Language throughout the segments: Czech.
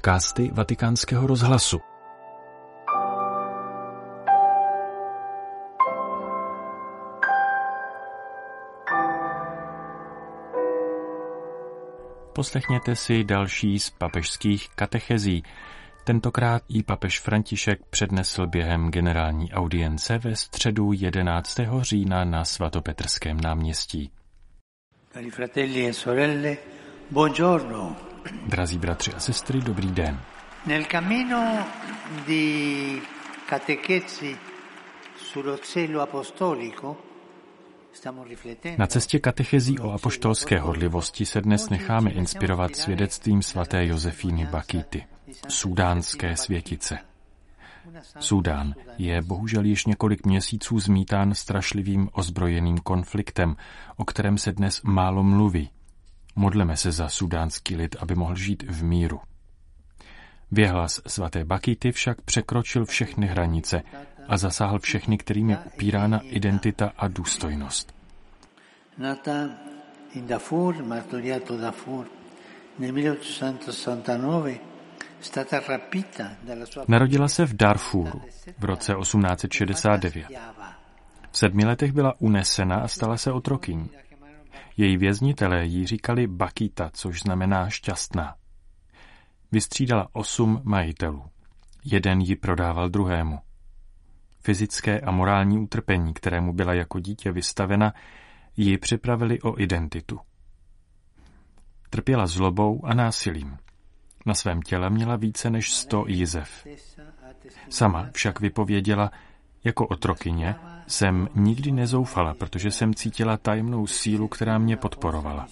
podcasty Vatikánského rozhlasu. Poslechněte si další z papežských katechezí. Tentokrát ji papež František přednesl během generální audience ve středu 11. října na svatopetrském náměstí. Cari fratelli e sorelle, buongiorno. Drazí bratři a sestry, dobrý den. Nel cammino di catechesi sullo zelo apostolico stiamo riflettendo. Na cestě katechezí o apoštolské horlivosti se dnes necháme inspirovat svědectvím svaté Josefíny Bakity, súdánské světice. Súdán je bohužel již několik měsíců zmítán strašlivým ozbrojeným konfliktem, o kterém se dnes málo mluví. Modleme se za súdánský lid, aby mohl žít v míru. Věhlas svaté Bakity však překročil všechny hranice a zasáhl všechny, kterým je upírána identita a důstojnost. Nata in Darfur, martoriato Darfur, nel 1869, stata rapita dalla sua. Narodila se v Darfuru v roce 1869. V 7 letech byla unesena a stala se otrokyní. Její věznitelé jí říkali Bakita, což znamená šťastná. Vystřídala 8 majitelů. Jeden ji prodával druhému. Fyzické a morální utrpení, kterému byla jako dítě vystavena, ji připravili o identitu. Trpěla zlobou a násilím. Na svém těle měla více než 100 jizev. Sama však vypověděla, jako otrokyně jsem nikdy nezoufala, protože jsem cítila tajemnou sílu, která mě podporovala.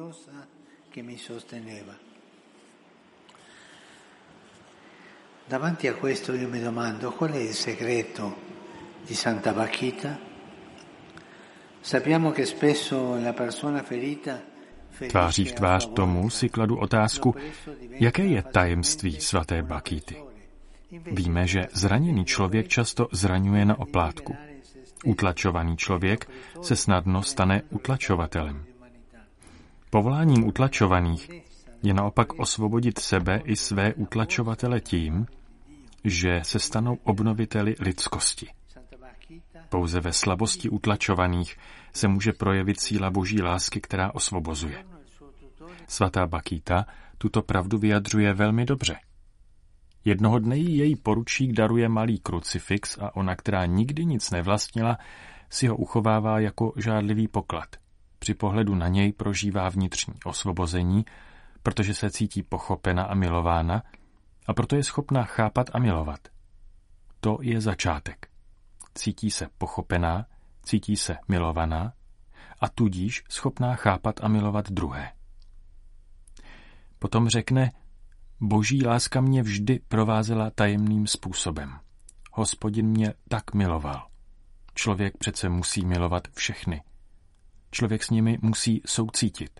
Davanti a questo io mi domando qual è il segreto di Santa Bakita? Sappiamo che spesso la persona ferita. Tváří v tvář tomu si kladu otázku, jaké je tajemství svaté Bakity. Víme, že zraněný člověk často zraňuje na oplátku. Utlačovaný člověk se snadno stane utlačovatelem. Povoláním utlačovaných je naopak osvobodit sebe i své utlačovatele tím, že se stanou obnoviteli lidskosti. Pouze ve slabosti utlačovaných se může projevit síla Boží lásky, která osvobozuje. Svatá Bakita tuto pravdu vyjadřuje velmi dobře. Jednoho dne jí její poručík daruje malý krucifix a ona, která nikdy nic nevlastnila, si ho uchovává jako žádlivý poklad. Při pohledu na něj prožívá vnitřní osvobození, protože se cítí pochopena a milována a proto je schopná chápat a milovat. To je začátek. Cítí se pochopená, cítí se milovaná a tudíž schopná chápat a milovat druhé. Potom řekne, Boží láska mě vždy provázela tajemným způsobem. Hospodin mě tak miloval. Člověk přece musí milovat všechny. Člověk s nimi musí soucítit.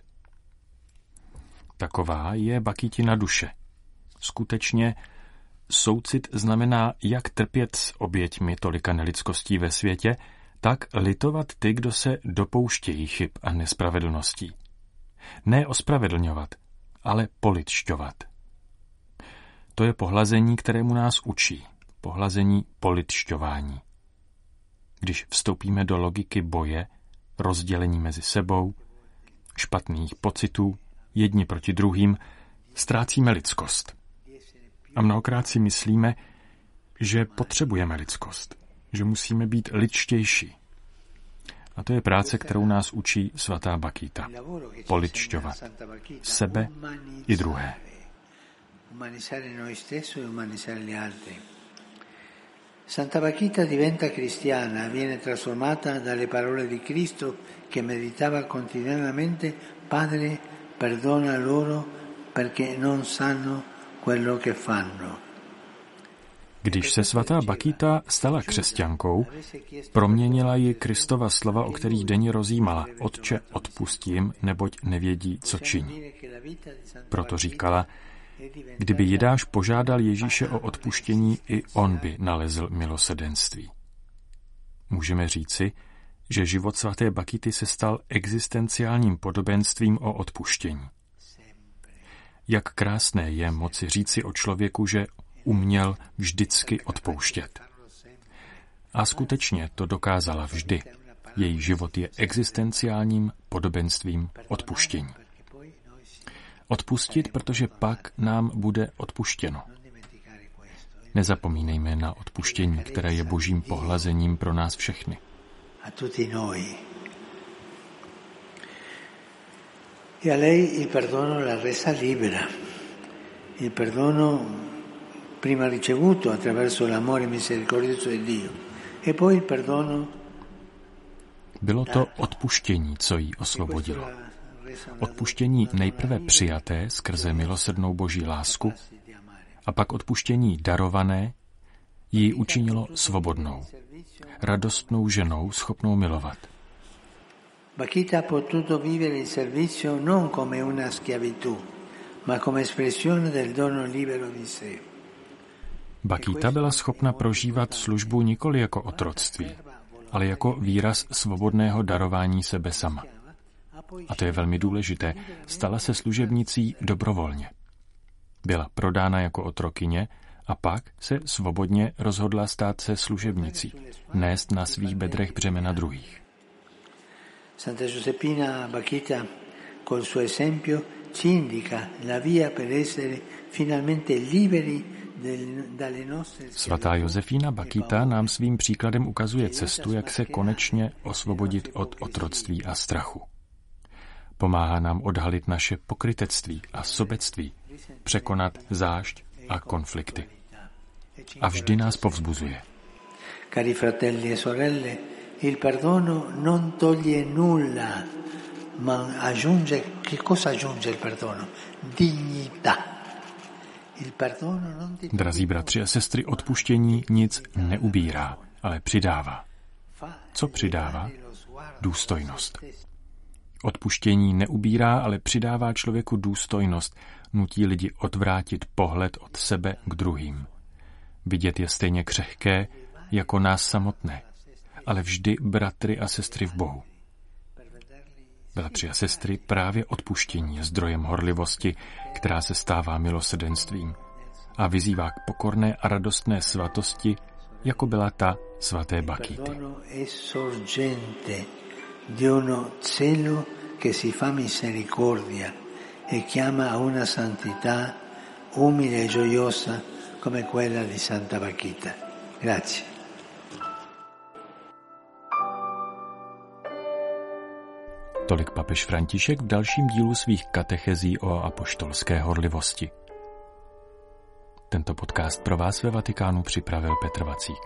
Taková je Bakitina duše. Skutečně soucit znamená jak trpět s oběťmi tolika nelidskostí ve světě, tak litovat ty, kdo se dopouštějí chyb a nespravedlností. Ne ospravedlňovat, ale politšťovat. To je pohlazení, kterému nás učí. Pohlazení politšťování. Když vstoupíme do logiky boje, rozdělení mezi sebou, špatných pocitů, jedni proti druhým, ztrácíme lidskost. A mnohokrát si myslíme, že potřebujeme lidskost, že musíme být lidštější. A to je práce, kterou nás učí svatá Bakita. Politšťovat sebe i druhé. Santa Bakita diventa cristiana, viene trasformata dalle parole di Cristo che meditava quotidianamente, Padre, perdona loro perché non sanno quello che fanno. Když se svatá Bakita stala křesťankou, proměnila ji Kristova slova, o kterých denně rozjímala. Otče, odpusť jim, neboť nevědí, co činí. Proto říkala, kdyby Jidáš požádal Ježíše o odpuštění, i on by nalezl milosrdenství. Můžeme říci, že život svaté Bakity se stal existenciálním podobenstvím o odpuštění. Jak krásné je moci říci o člověku, že uměl vždycky odpouštět. A skutečně to dokázala vždy. Její život je existenciálním podobenstvím odpuštění. Odpustit, protože pak nám bude odpuštěno. Nezapomínejme na odpuštění, které je božím pohlazením pro nás všechny. E a lei il perdono la resa libera. Il perdono prima ricevuto attraverso l'amore misericordioso di Dio e poi il perdono. Bylo to odpuštění, co jí osvobodilo. Odpuštění nejprve přijaté skrze milosrdnou boží lásku a pak odpuštění darované ji učinilo svobodnou, radostnou ženou schopnou milovat. Bakhita ha potuto vivere il servizio non come una schiavitù, ma come espressione del dono libero di sé. Bakhita byla schopna prožívat službu nikoli jako otroctví, ale jako výraz svobodného darování sebe sama. A to je velmi důležité. Stala se služebnicí dobrovolně. Byla prodána jako otrokyně a pak se svobodně rozhodla stát se služebnicí, nést na svých bedrech břemena druhých. Santa Giuseppina Bakhita col suo esempio ci indica la via per essere finalmente liberi dalle nostre. Svatá Josefína Bakhita nám svým příkladem ukazuje cestu, jak se konečně osvobodit od otroctví a strachu. Pomáhá nám odhalit naše pokrytectví a sobectví, překonat zášť a konflikty. A vždy nás povzbuzuje. Cari fratelli e sorelle, il perdono non toglie nulla, ma aggiunge, che cosa aggiunge il perdono? Dignità. Il perdono non ti. Drazí bratři a sestry, odpuštění nic neubírá, ale přidává. Co přidává? Důstojnost. Odpuštění neubírá, ale přidává člověku důstojnost, nutí lidi odvrátit pohled od sebe k druhým. Vidět je stejně křehké jako nás samotné, ale vždy bratry a sestry v Bohu. Bratři a sestry, právě odpuštění je zdrojem horlivosti, která se stává milosrdenstvím a vyzývá k pokorné a radostné svatosti, jako byla ta svaté Bakhity. Di uno celo che si fa misericordia e chiama a una santità umile e gioiosa come quella di Santa Bakhita. Grazie. Tolik papež František v dalším dílu svých katechezí o apoštolské horlivosti. Tento podcast pro vás ve Vatikánu připravil Petr Vacík.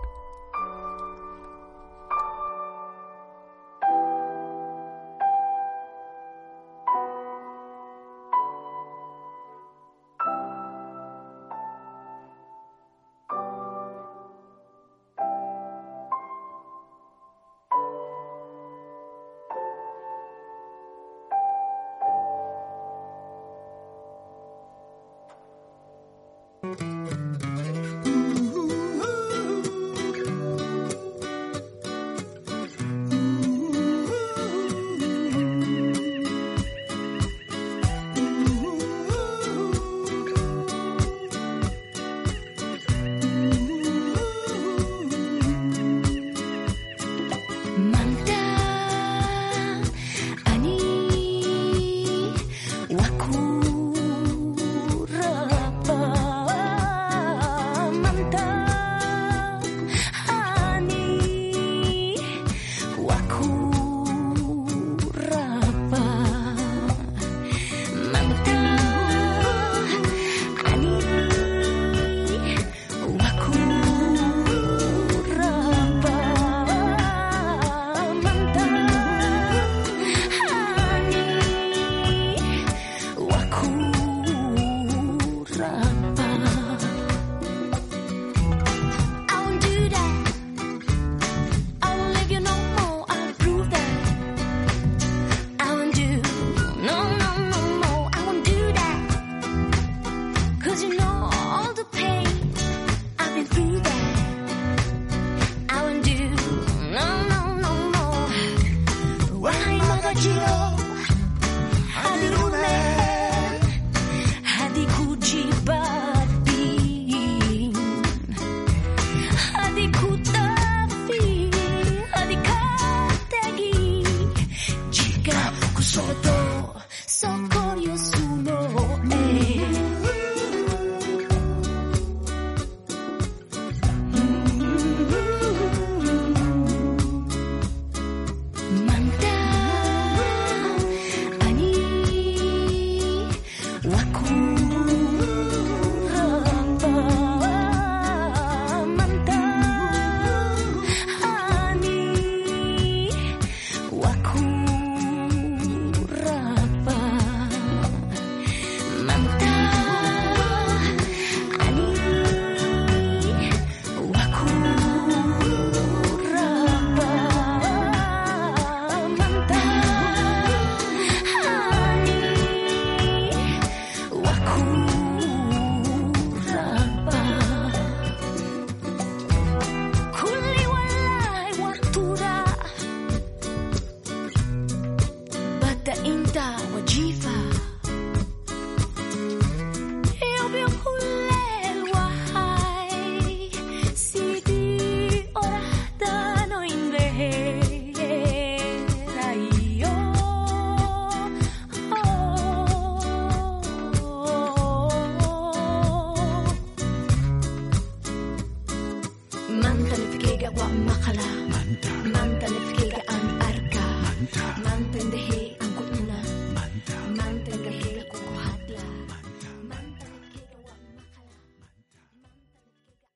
Manta nifkiga wa makala, manta nifkiga an arka, manta ndehe